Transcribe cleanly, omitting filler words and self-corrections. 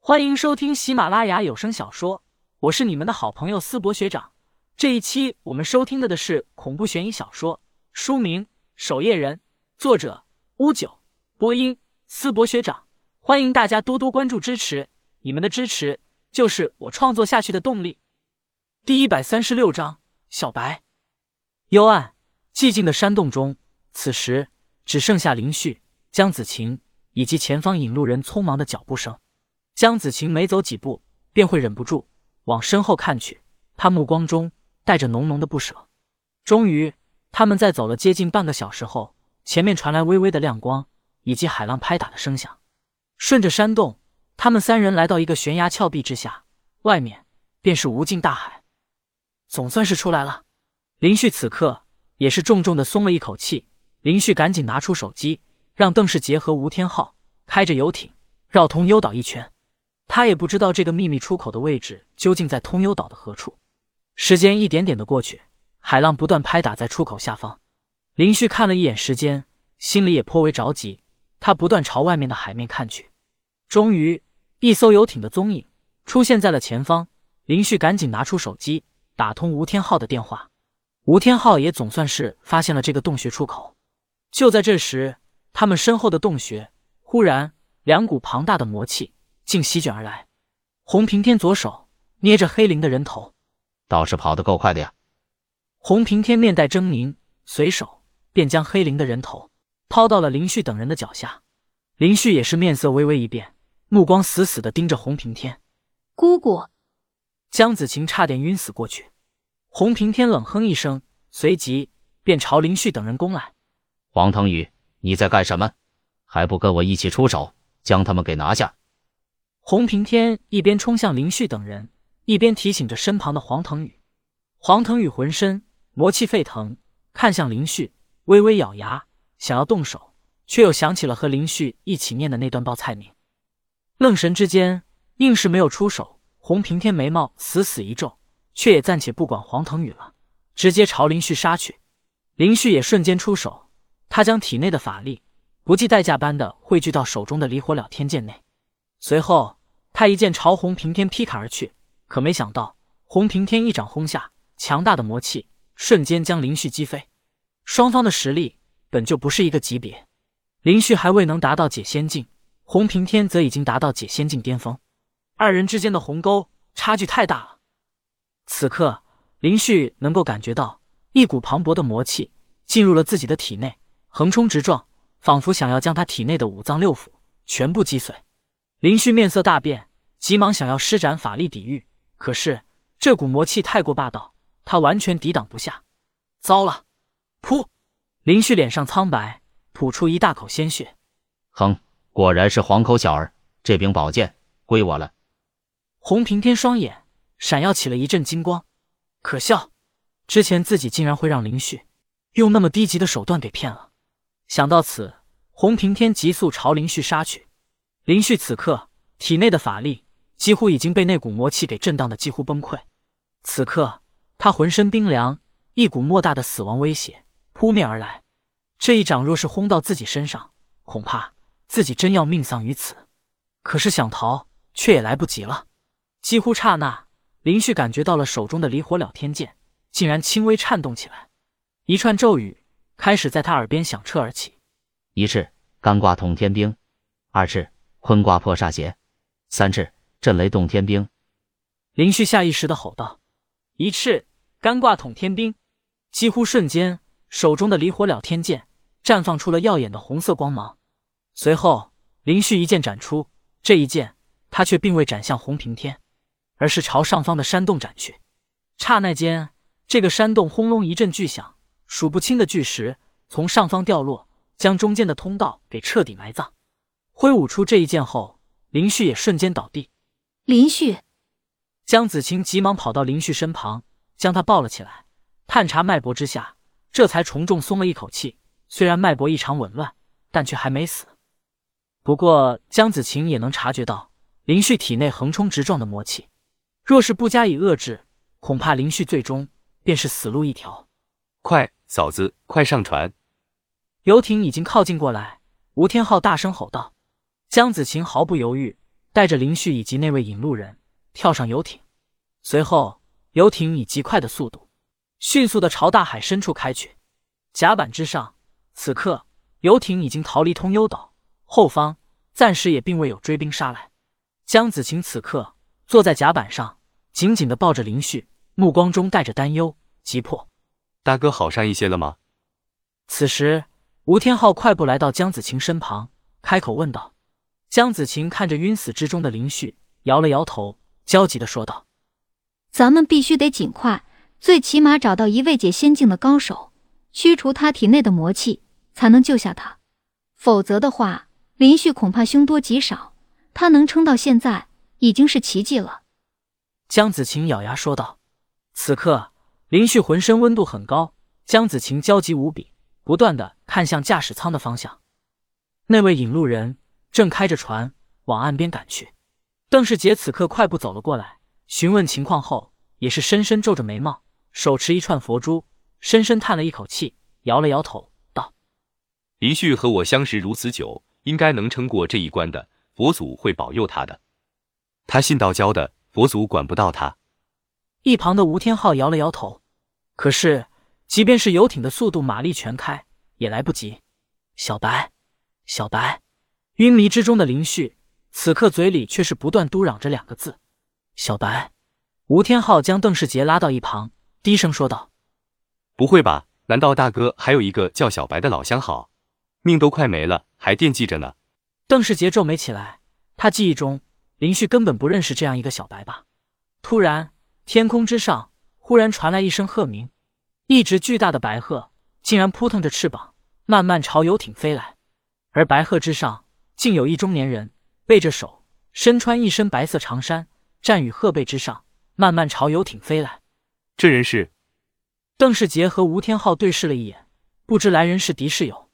欢迎收听喜马拉雅有声小说，我是你们的好朋友思博学长。这一期我们收听的是恐怖悬疑小说，书名《守夜人》，作者乌九，播音思博学长。欢迎大家多多关注支持，你们的支持就是我创作下去的动力。第136章，小白。幽暗寂静的山洞中，此时只剩下林旭、江子晴以及前方引路人匆忙的脚步声。江子晴每走几步便会忍不住往身后看去，他目光中带着浓浓的不舍。终于，他们在走了接近半个小时后，前面传来微微的亮光以及海浪拍打的声响。顺着山洞，他们三人来到一个悬崖峭壁之下，外面便是无尽大海。总算是出来了。林旭此刻也是重重的松了一口气。林旭赶紧拿出手机，让邓世杰和吴天昊开着游艇绕通幽岛一圈。他也不知道这个秘密出口的位置究竟在通幽岛的何处。时间一点点的过去，海浪不断拍打在出口下方。林旭看了一眼时间，心里也颇为着急，他不断朝外面的海面看去。终于，一艘游艇的踪影出现在了前方。林旭赶紧拿出手机，打通吴天昊的电话。吴天昊也总算是发现了这个洞穴出口。就在这时，他们身后的洞穴忽然两股庞大的魔气竟席卷而来。洪平天左手捏着黑灵的人头， 倒是跑得够快的呀。 洪平天面带狰狞，随手便将黑灵的人头抛到了林旭等人的脚下。林旭也是面色微微一变，目光死死地盯着洪平天。 姑姑， 江子晴差点晕死过去。洪平天冷哼一声，随即便朝林旭等人攻来。 黄腾宇，你在干什么？还不跟我一起出手，将他们给拿下？ 洪平天一边冲向林旭等人，一边提醒着身旁的黄腾宇。黄腾宇浑身魔气沸腾，看向林旭，微微咬牙，想要动手，却又想起了和林旭一起念的那段报菜名。愣神之间，硬是没有出手。洪平天眉毛死死一皱，却也暂且不管黄腾宇了，直接朝林旭杀去。林旭也瞬间出手，他将体内的法力不计代价般的汇聚到手中的离火了天剑内。随后他一剑朝洪平天劈砍而去，可没想到洪平天一掌轰下，强大的魔气瞬间将林旭击飞。双方的实力本就不是一个级别，林旭还未能达到解仙境，洪平天则已经达到解仙境巅峰，二人之间的鸿沟差距太大了。此刻林旭能够感觉到一股磅礴的魔气进入了自己的体内，横冲直撞，仿佛想要将他体内的五脏六腑全部击碎。林旭面色大变，急忙想要施展法力抵御，可是这股魔气太过霸道，他完全抵挡不下。糟了！噗！林旭脸上苍白，吐出一大口鲜血。 哼，果然是黄口小儿，这柄宝剑归我了。 洪平天双眼闪耀起了一阵金光，可笑，之前自己竟然会让林旭用那么低级的手段给骗了。想到此，洪平天急速朝林旭杀去。林旭此刻体内的法力几乎已经被那股魔气给震荡的几乎崩溃。此刻他浑身冰凉，一股莫大的死亡威胁扑面而来。这一掌若是轰到自己身上，恐怕自己真要命丧于此。可是想逃却也来不及了。几乎刹那，林旭感觉到了手中的离火了天剑竟然轻微颤动起来，一串咒语开始在他耳边响彻而起。 一式干卦统天兵，二式坤卦破煞邪，三式震雷动天兵。 林旭下意识地吼道：一式干卦统天兵！几乎瞬间，手中的离火了天剑绽放出了耀眼的红色光芒。随后林旭一剑斩出，这一剑他却并未斩向洪平天，而是朝上方的山洞斩去。刹那间，这个山洞轰隆一阵巨响，数不清的巨石从上方掉落，将中间的通道给彻底埋葬。挥舞出这一剑后，林旭也瞬间倒地。 林旭！ 江子晴急忙跑到林旭身旁，将他抱了起来，探查脉搏之下，这才重重松了一口气。虽然脉搏异常紊乱，但却还没死。不过江子晴也能察觉到林旭体内横冲直撞的魔气，若是不加以遏制，恐怕林旭最终便是死路一条。 快，嫂子，快上船！ 游艇已经靠近过来，吴天昊大声吼道。江子晴毫不犹豫， 带着林旭以及那位引路人跳上游艇，随后游艇以极快的速度迅速地朝大海深处开去。甲板之上，此刻游艇已经逃离通幽岛，后方暂时也并未有追兵杀来。江子晴此刻坐在甲板上，紧紧地抱着林旭，目光中带着担忧、急迫。 大哥好上一些了吗？ 此时吴天昊快步来到江子晴身旁，开口问道。江子晴看着晕死之中的林旭，摇了摇头，焦急地说道： 咱们必须得尽快，最起码找到一位解仙境的高手，驱除他体内的魔气，才能救下他。否则的话，林旭恐怕凶多吉少，他能撑到现在已经是奇迹了。 江子晴咬牙说道。此刻林旭浑身温度很高，江子晴焦急无比，不断地看向驾驶舱的方向。那位引路人正开着船往岸边赶去。邓世杰此刻快步走了过来，询问情况后也是深深皱着眉毛，手持一串佛珠，深深叹了一口气，摇了摇头道： 林旭和我相识如此久，应该能撑过这一关的，佛祖会保佑他的。他信道教的，佛祖管不到他。 一旁的吴天昊摇了摇头，可是即便是游艇的速度马力全开也来不及。小白，小白。晕迷之中的林旭此刻嘴里却是不断嘟嚷着两个字：小白。吴天昊将邓世杰拉到一旁，低声说道： 不会吧，难道大哥还有一个叫小白的老相好？命都快没了还惦记着呢。 邓世杰皱眉起来，他记忆中林旭根本不认识这样一个小白吧。突然天空之上忽然传来一声鹤鸣，一只巨大的白鹤竟然扑腾着翅膀慢慢朝游艇飞来，而白鹤之上竟有一中年人，背着手，身穿一身白色长衫，站于鹤背之上慢慢朝游艇飞来。 这人是…… 邓世杰和吴天昊对视了一眼，不知来人是敌是友。